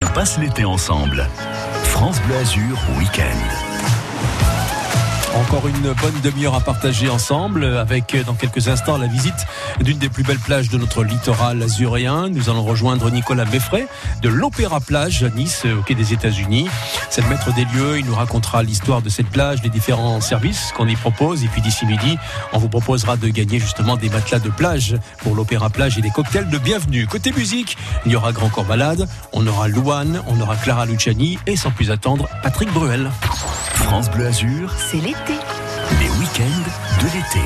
passe l'été ensemble. France Bleu Azur Week-end. Encore une bonne demi-heure à partager ensemble avec dans quelques instants la visite d'une des plus belles plages de notre littoral azuréen. Nous allons rejoindre Nicolas Meffray de l'Opéra Plage à Nice, au quai des États-Unis. C'est le maître des lieux, il nous racontera l'histoire de cette plage, les différents services qu'on y propose. Et puis d'ici midi, on vous proposera de gagner justement des matelas de plage pour l'Opéra Plage et des cocktails de bienvenue. Côté musique, il y aura Grand Corps Malade, on aura Louane, on aura Clara Luciani et sans plus attendre, Patrick Bruel. France Bleu Azur, c'est l'été. Les week-ends de l'été.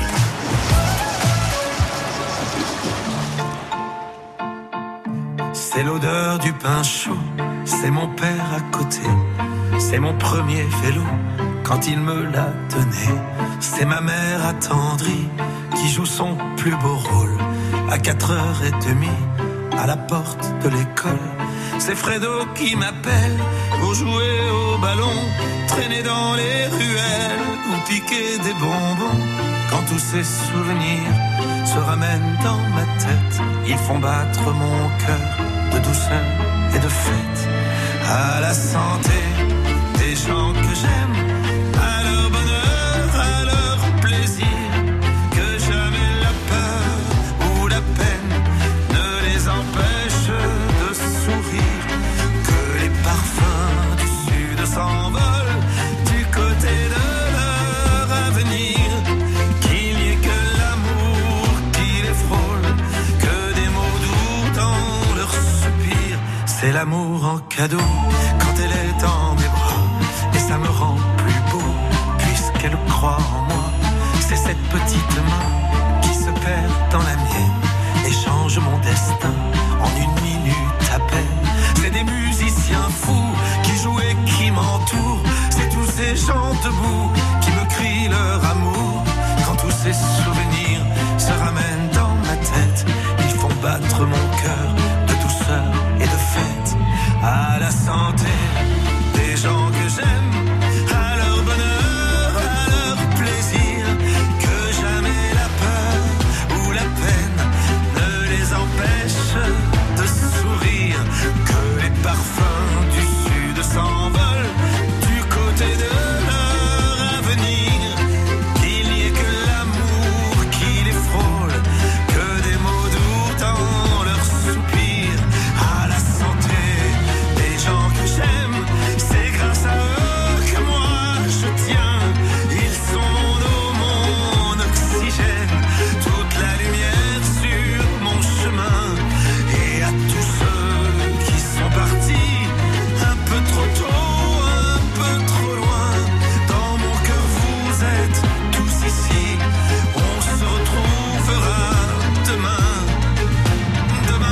C'est l'odeur du pain chaud, c'est mon père à côté, c'est mon premier vélo quand il me l'a donné. C'est ma mère attendrie qui joue son plus beau rôle à 4h30 à la porte de l'école. C'est Fredo qui m'appelle pour jouer au ballon, traîner dans les ruelles ou piquer des bonbons. Quand tous ces souvenirs se ramènent dans ma tête, ils font battre mon cœur de douceur et de fête. À la santé des gens que j'aime, à leur bonheur, à leur plaisir, que jamais la peur ou la peine ne les empêche de sourire. Que les parfums du sud s'envolent du côté de leur avenir. Qu'il n'y ait que l'amour qui les frôle, que des mots doux dans leurs soupirs. C'est l'amour en cadeau quand elle est dans mes bras, et ça me rend plus beau puisqu'elle croit en moi. C'est cette petite main qui se perd dans la mienne et change mon destin en une minute à peine. C'est des musiciens fous qui jouent et qui m'entourent. C'est tous ces gens debout qui me crient leur amour. Quand tous ces souvenirs se ramènent dans ma tête, ils font battre mon cœur de douceur et de fête. À la santé des gens que j'aime, à leur bonheur, à leur plaisir, que jamais la peur ou la peine ne les empêche de sourire. Que les parfums du sud s'envolent du côté de leur avenir. Qu'il n'y ait que l'amour qui les frôle, que des mots doux dans leurs soupirs. À la santé des gens que j'aime, c'est grâce à eux que moi je tiens. Ils sont mon eau, mon oxygène, toute la lumière sur mon chemin. Et à tous ceux qui sont partis un peu trop tôt, un peu trop loin, dans mon cœur vous êtes tous ici. On se retrouvera demain, demain.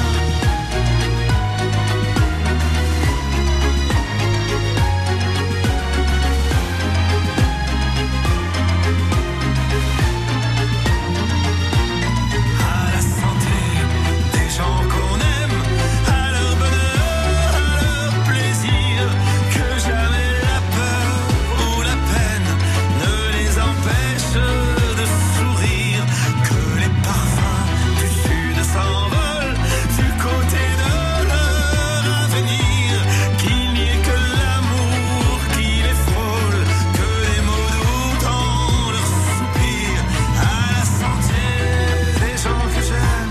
À la santé des gens qu'on aime, à leur bonheur, à leur plaisir, que jamais la peur ou la peine ne les empêche de sourire. Que les parfums du sud s'envolent du côté de leur avenir. Qu'il n'y ait que l'amour qui les frôle, que les mots doux dans leurs soupirs. À la santé des gens que j'aime.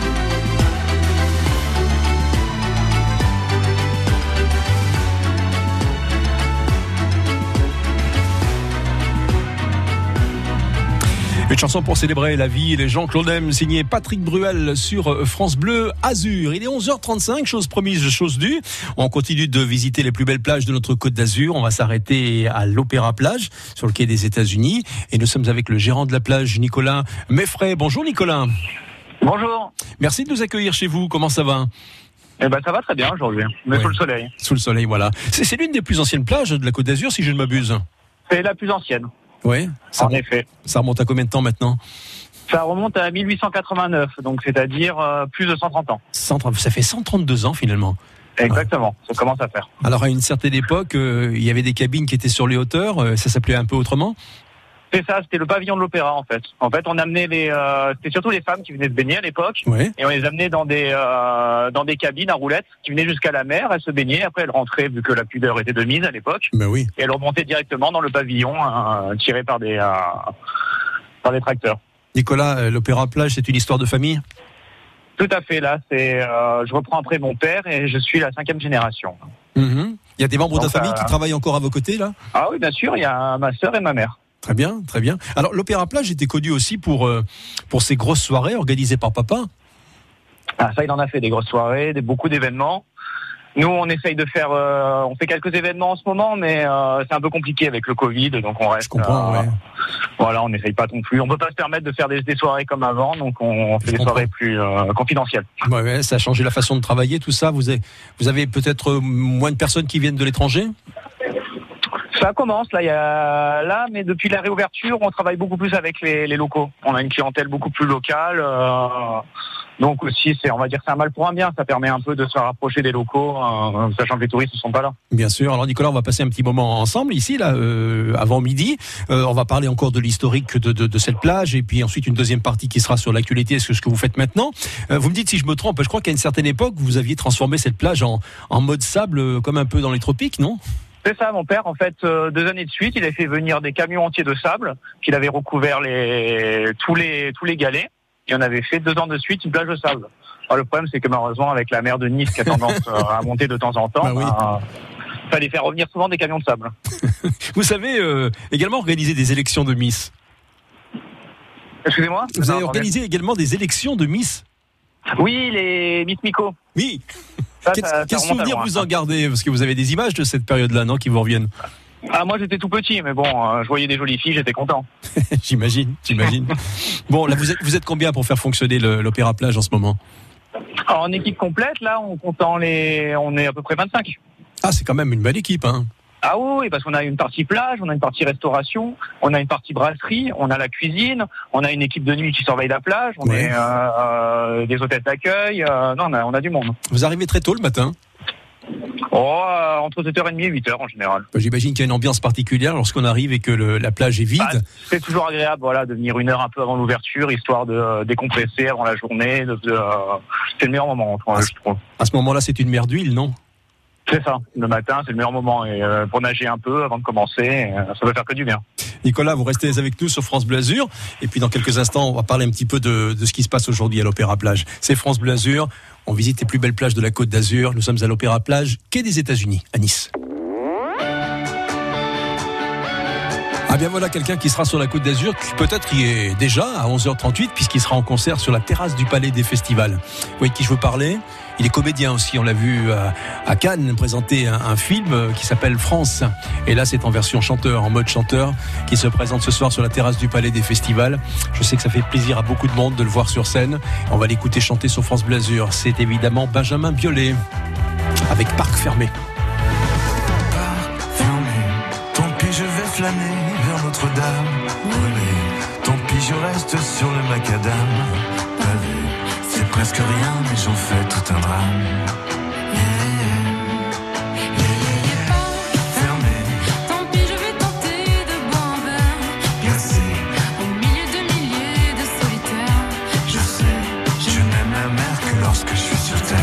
Une chanson pour célébrer la vie et les gens que l'on aime, signé Patrick Bruel sur France Bleu Azur. Il est 11h35, chose promise, chose due. On continue de visiter les plus belles plages de notre Côte d'Azur. On va s'arrêter à l'Opéra Plage, sur le quai des États-Unis. Et nous sommes avec le gérant de la plage, Nicolas Meffray. Bonjour Nicolas. Bonjour. Merci de nous accueillir chez vous. Comment ça va ? Eh ben, ça va très bien aujourd'hui. On est Ouais. sous le soleil. Sous le soleil, voilà. C'est l'une des plus anciennes plages de la Côte d'Azur, si je ne m'abuse. C'est la plus ancienne. Oui. En effet. Ça remonte à combien de temps maintenant ? Ça remonte à 1889, donc c'est-à-dire plus de 130 ans. Ça fait 132 ans finalement. Exactement, ça commence à faire. Alors à une certaine époque, il y avait des cabines qui étaient sur les hauteurs, ça s'appelait un peu autrement ? C'est ça, c'était le pavillon de l'Opéra en fait. En fait, on amenait c'était surtout les femmes qui venaient se baigner à l'époque, Ouais. et on les amenait dans des cabines à roulettes qui venaient jusqu'à la mer. Elles se baignaient, après elles rentraient vu que la pudeur était de mise à l'époque, Ben oui. et elles remontaient directement dans le pavillon tiré par des tracteurs. Nicolas, l'Opéra Plage, c'est une histoire de famille? Tout à fait. Là, je reprends après mon père et je suis la 5e génération. Il y a des membres de la Donc, famille qui travaillent encore à vos côtés là? Ah oui, bien sûr. Il y a ma sœur et ma mère. Très bien, très bien. Alors l'Opéra Plage était connu aussi pour ces grosses soirées organisées par papa. Ah, ça, il en a fait des grosses soirées, beaucoup d'événements. Nous, on essaye de faire, on fait quelques événements en ce moment, mais c'est un peu compliqué avec le Covid, donc on reste. Je comprends, ouais. Voilà, on n'essaye pas non plus. On peut pas se permettre de faire des soirées comme avant, donc on fait des soirées plus confidentielles. Ouais, ça a changé la façon de travailler, tout ça. Vous avez peut-être moins de personnes qui viennent de l'étranger? Ça commence, mais depuis la réouverture, on travaille beaucoup plus avec les locaux. On a une clientèle beaucoup plus locale, donc aussi, on va dire, c'est un mal pour un bien. Ça permet un peu de se rapprocher des locaux, sachant que les touristes ne sont pas là. Bien sûr. Alors Nicolas, on va passer un petit moment ensemble ici, là, avant midi. On va parler encore de l'historique de cette plage, et puis ensuite une deuxième partie qui sera sur l'actualité, ce que vous faites maintenant. Vous me dites si je me trompe, je crois qu'à une certaine époque, vous aviez transformé cette plage en mode sable, comme un peu dans les tropiques, non? C'est ça, mon père, en fait, 2 années de suite, il a fait venir des camions entiers de sable, qu'il avait recouvert tous les galets, et on avait fait 2 ans de suite une plage de sable. Alors, le problème, c'est que malheureusement, avec la mer de Nice qui a tendance à monter de temps en temps, oui. fallait faire revenir souvent des camions de sable. Vous savez également organiser des élections de Miss. Excusez-moi? Vous avez organisé également des élections de Miss? Oui, les Miss Miko. Oui. Quel remonte souvenir à loin, vous en gardez? Parce que vous avez des images de cette période-là, non, qui vous reviennent? Ah, moi j'étais tout petit, mais bon, je voyais des jolies filles, j'étais content. J'imagine. Bon, là, vous êtes combien pour faire fonctionner l'Opéra Plage en ce moment? Alors, en équipe complète, là, on est à peu près 25. Ah, c'est quand même une belle équipe, hein. Ah oui, parce qu'on a une partie plage, on a une partie restauration, on a une partie brasserie, on a la cuisine, on a une équipe de nuit qui surveille la plage, on est des hôtels d'accueil, non, on a du monde. Vous arrivez très tôt le matin? Entre 7h30 et 8h en général. J'imagine qu'il y a une ambiance particulière lorsqu'on arrive et que la plage est vide. C'est toujours agréable, de venir 1 heure un peu avant l'ouverture, histoire de décompresser avant la journée. C'est le meilleur moment, je trouve. À ce moment-là, c'est une mer d'huile, non? C'est ça. Le matin, c'est le meilleur moment. Et pour nager un peu avant de commencer, ça va faire que du bien. Nicolas, vous restez avec nous sur France Bleu Azur. Et puis dans quelques instants, on va parler un petit peu de ce qui se passe aujourd'hui à l'Opéra Plage. C'est France Bleu Azur. On visite les plus belles plages de la Côte d'Azur. Nous sommes à l'Opéra Plage, quai des États-Unis, à Nice. Ah bien voilà quelqu'un qui sera sur la Côte d'Azur, qui peut-être y est déjà à 11h38 puisqu'il sera en concert sur la terrasse du Palais des Festivals. Vous voyez de qui je veux parler? Il est comédien aussi, on l'a vu à Cannes présenter un film qui s'appelle France. Et là c'est en version chanteur, en mode chanteur, qui se présente ce soir sur la terrasse du Palais des Festivals. Je sais que ça fait plaisir à beaucoup de monde de le voir sur scène. On va l'écouter chanter sur France Bleu Azur. C'est évidemment Benjamin Biolay avec Parc fermé. Parc fermé, tant pis je vais flâner vers Notre-Dame. Brûlé, tant pis je reste sur le macadam. Pavé, c'est presque rien mais j'en fais tout un drame. Fermé, Tant pis, je vais tenter de boire un verre glacé, au milieu de milliers de solitaires. je sais, je n'aime la mer que lorsque je suis sur terre.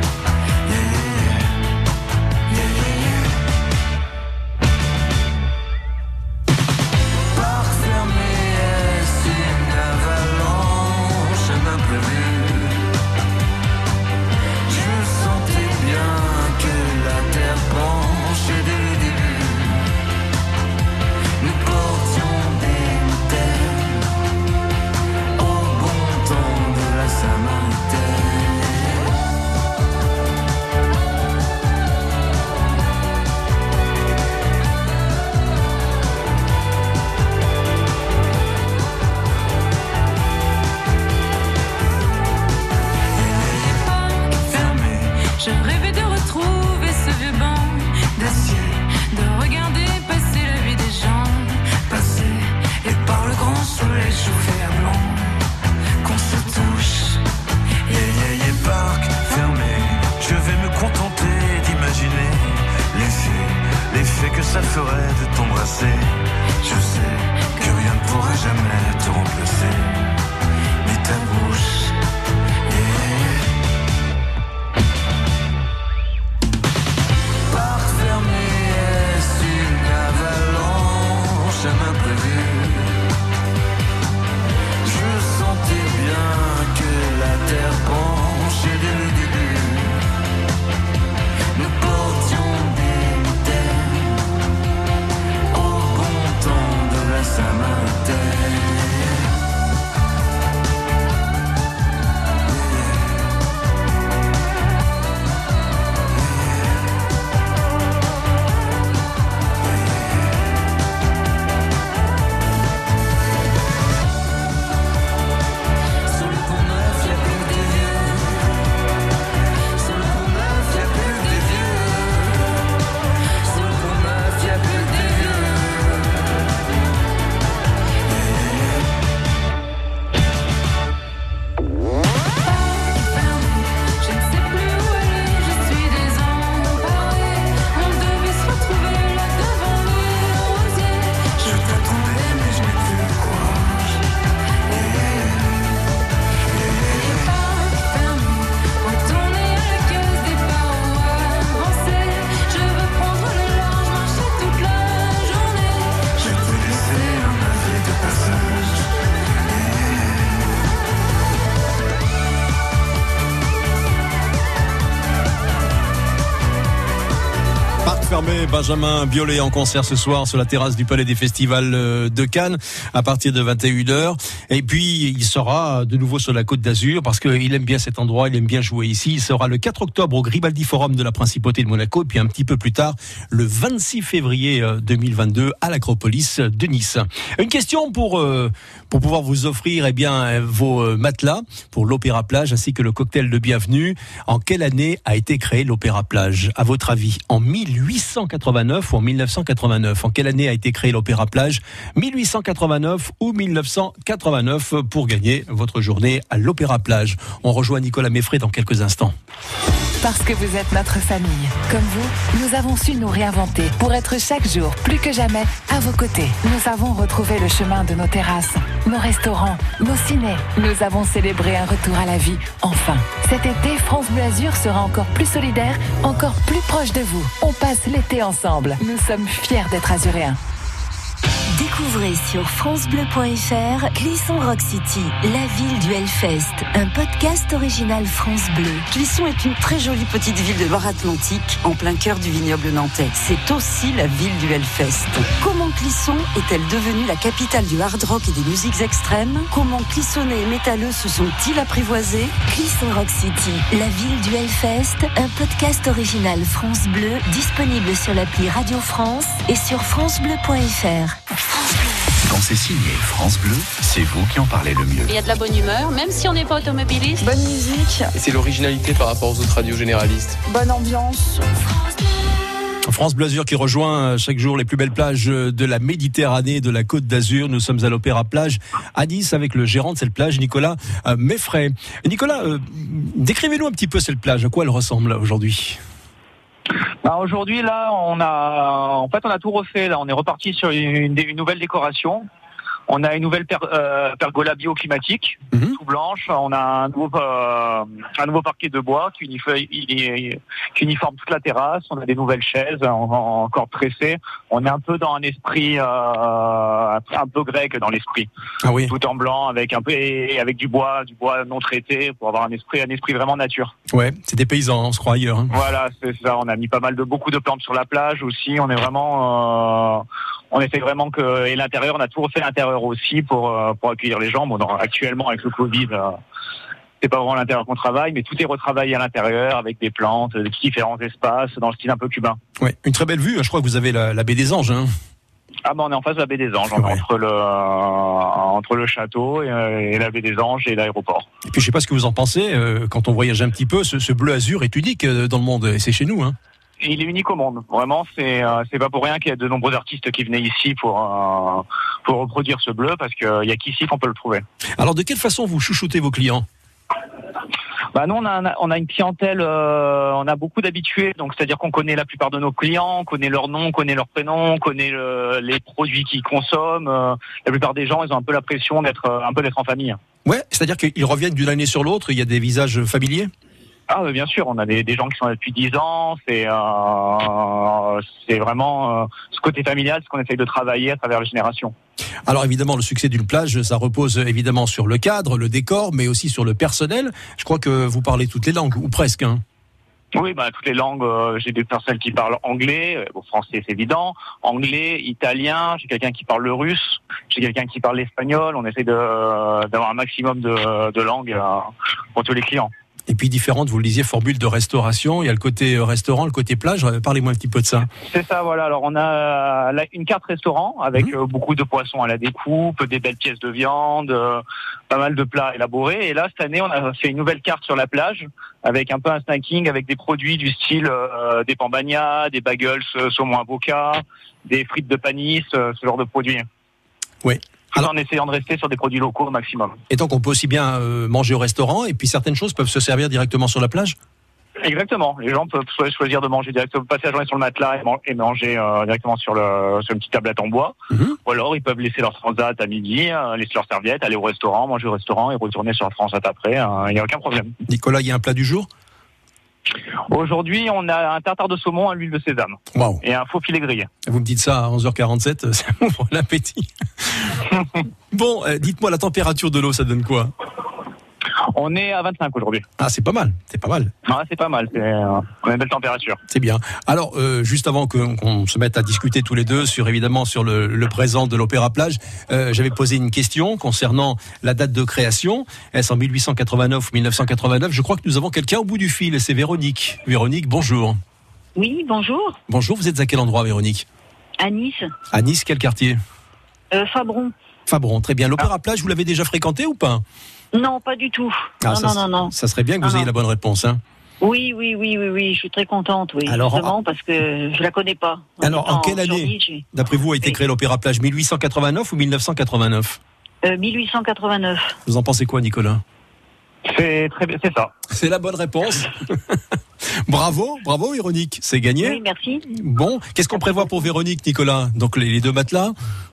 Parc fermé, est-ce une avalanche imprévue? Je sentais bien que la terre penche dès le début. Nous portions des mitaines au bon temps de la Samaritaine. Fermé, Je rêvais de retrouver ce vieux banc d'acier, de regarder passer la vie des gens. passé, et par le grand soleil chauffé à blanc, qu'on se touche. Parc fermé, je vais me contenter d'imaginer l'effet que ça ferait de t'embrasser. Je sais que rien ne jamais te remplacer, ni ta bouche. Porte fermée, est-ce une avalanche à m'imprévu? Je sentais bien que la terre penchait dès le début. Nous portions des mitaines au bon temps de la Saint-Martin. Sur le pont neuf, y'a plus que des vieux. Sur le pont neuf, y'a plus que des vieux. Sur le pont neuf, y'a plus que des vieux. Je ne sais plus où aller, je suis désemparée. On devait se retrouver là devant les rosiers. Je t'attendais mais je n'ai plus le courage. Les parcs fermés, retourner à la case départ ou avancer. Je veux prendre le large, marcher toute la journée. Je t'ai laissé un navire de passage. Parc fermé, Benjamin Biolay en concert ce soir sur la terrasse du Palais des Festivals de Cannes à partir de 21h. Et puis il sera de nouveau sur la Côte d'Azur parce qu'il aime bien cet endroit, il aime bien jouer ici. Il sera le 4 octobre au Gribaldi Forum de la Principauté de Monaco et puis un petit peu plus tard, le 26 février 2022 à l'Acropolis de Nice. Une question pour pouvoir vous offrir vos matelas pour l'Opéra Plage ainsi que le cocktail de bienvenue. En quelle année a été créé l'Opéra Plage, à votre avis? En 1889 ou en 1989? En quelle année a été créé l'Opéra Plage? 1889 ou 1989 pour gagner votre journée à l'Opéra Plage. On rejoint Nicolas Meffray dans quelques instants. Parce que vous êtes notre famille. Comme vous, nous avons su nous réinventer pour être chaque jour, plus que jamais, à vos côtés. Nous avons retrouvé le chemin de nos terrasses, nos restaurants, nos cinés. Nous avons célébré un retour à la vie, enfin. Cet été, France Bleu Azur sera encore plus solidaire, encore plus proche de vous. On passe l'été ensemble. Nous sommes fiers d'être azuréens. Découvrez sur francebleu.fr Clisson Rock City, la ville du Hellfest, un podcast original France Bleu. Clisson est une très jolie petite ville de Loire-Atlantique, en plein cœur du vignoble nantais. C'est aussi la ville du Hellfest. Comment Clisson est-elle devenue la capitale du hard rock et des musiques extrêmes? Comment Clissonnais et métalleux se sont-ils apprivoisés? Clisson Rock City, la ville du Hellfest, un podcast original France Bleu, disponible sur l'appli Radio France et sur francebleu.fr. Quand c'est signé France Bleu, c'est vous qui en parlez le mieux. Il y a de la bonne humeur, même si on n'est pas automobiliste. Bonne musique. Et c'est l'originalité par rapport aux autres radios généralistes. Bonne ambiance. France Bleu Azur qui rejoint chaque jour les plus belles plages de la Méditerranée, de la Côte d'Azur. Nous sommes à l'Opéra Plage à Nice avec le gérant de cette plage, Nicolas Meffray. Nicolas, décrivez-nous un petit peu cette plage. À quoi elle ressemble aujourd'hui? Aujourd'hui, là, on a tout refait. Là, on est reparti sur une nouvelle décoration. On a une nouvelle pergola bioclimatique, tout blanche. On a un nouveau parquet de bois qui uniforme toute la terrasse. On a des nouvelles chaises encore tressées. On est un peu dans un esprit un peu grec dans l'esprit. Ah oui. Tout en blanc avec du bois non traité pour avoir un esprit vraiment nature. Ouais, c'est des paysans, on se croit ailleurs. Hein. Voilà, c'est ça. On a mis beaucoup de plantes sur la plage aussi. On est vraiment on essaie vraiment que, et l'intérieur, on a tout refait l'intérieur aussi pour accueillir les gens. Bon, actuellement, avec le Covid, c'est pas vraiment l'intérieur qu'on travaille, mais tout est retravaillé à l'intérieur avec des plantes, des différents espaces dans le style un peu cubain. Ouais, une très belle vue. Je crois que vous avez la baie des Anges. Hein. Ah on est en face de la baie des Anges, on est entre le château et la baie des Anges et l'aéroport. Et puis je sais pas ce que vous en pensez, quand on voyage un petit peu, ce bleu azur est unique dans le monde, et c'est chez nous. Hein. Il est unique au monde. Vraiment, c'est pas pour rien qu'il y a de nombreux artistes qui venaient ici pour reproduire ce bleu, parce qu'il y a qu'ici qu'on peut le trouver. Alors de quelle façon vous chouchoutez vos clients? Bah nous on a une clientèle, on a beaucoup d'habitués, donc c'est-à-dire qu'on connaît la plupart de nos clients, on connaît leur nom, on connaît leur prénom, on connaît les produits qu'ils consomment. La plupart des gens, ils ont un peu la pression d'être en famille. Ouais, c'est-à-dire qu'ils reviennent d'une année sur l'autre, il y a des visages familiers? Ah bien sûr, on a des gens qui sont là depuis 10 ans, c'est vraiment ce côté familial, ce qu'on essaye de travailler à travers les générations. Alors évidemment, le succès d'une plage, ça repose évidemment sur le cadre, le décor, mais aussi sur le personnel. Je crois que vous parlez toutes les langues, ou presque, hein. Oui, toutes les langues. J'ai des personnes qui parlent anglais, français c'est évident, anglais, italien. J'ai quelqu'un qui parle le russe, j'ai quelqu'un qui parle l'espagnol. On essaie d'avoir un maximum de langues pour tous les clients. Et puis différentes, vous le disiez, formules de restauration. Il y a le côté restaurant, le côté plage. Parlez-moi un petit peu de ça. C'est ça, voilà. Alors on a une carte restaurant avec beaucoup de poissons à la découpe, des belles pièces de viande, pas mal de plats élaborés. Et là, cette année, on a fait une nouvelle carte sur la plage avec un peu un snacking, avec des produits du style des pambagnas, des bagels saumon avocat, des frites de panis, ce genre de produits. Oui. Alors, en essayant de rester sur des produits locaux au maximum. Et donc on peut aussi bien manger au restaurant, et puis certaines choses peuvent se servir directement sur la plage? Exactement. Les gens peuvent choisir de manger directement, passer la journée sur le matelas et manger directement sur une petite tablette en bois. Ou alors ils peuvent laisser leur transat à midi, laisser leur serviette, aller au restaurant, manger au restaurant et retourner sur la transat après. Il n'y a aucun problème. Nicolas, il y a un plat du jour? Aujourd'hui, on a un tartare de saumon à l'huile de sésame. Wow. Et un faux filet grillé. Vous me dites ça à 11h47, ça m'ouvre l'appétit. Bon, dites-moi, la température de l'eau, ça donne quoi? On est à 25 aujourd'hui. Ah, c'est pas mal, c'est pas mal. Ah, c'est pas mal, on a une belle température. C'est bien. Alors, juste avant qu'on se mette à discuter tous les deux évidemment sur le présent de l'Opéra Plage, j'avais posé une question concernant la date de création. Est-ce en 1889 ou 1989? Je crois que nous avons quelqu'un au bout du fil, c'est Véronique. Véronique, bonjour. Oui, bonjour. Bonjour, vous êtes à quel endroit, Véronique? À Nice. À Nice, quel quartier? Fabron. Fabron, très bien. L'Opéra Plage, vous l'avez déjà fréquenté ou pas? Non, pas du tout. Non. Ça serait bien que vous ayez la bonne réponse, hein. Oui, je suis très contente, oui. Alors, justement, parce que je la connais pas. Alors, en quelle année, d'après vous, a été créé l'Opéra Plage? 1889 ou 1989? 1889. Vous en pensez quoi, Nicolas? C'est très bien, c'est ça. C'est la bonne réponse. Bravo, Véronique, c'est gagné. Oui, merci. Bon, qu'est-ce qu'on prévoit pour Véronique, Nicolas? Donc les deux matelas,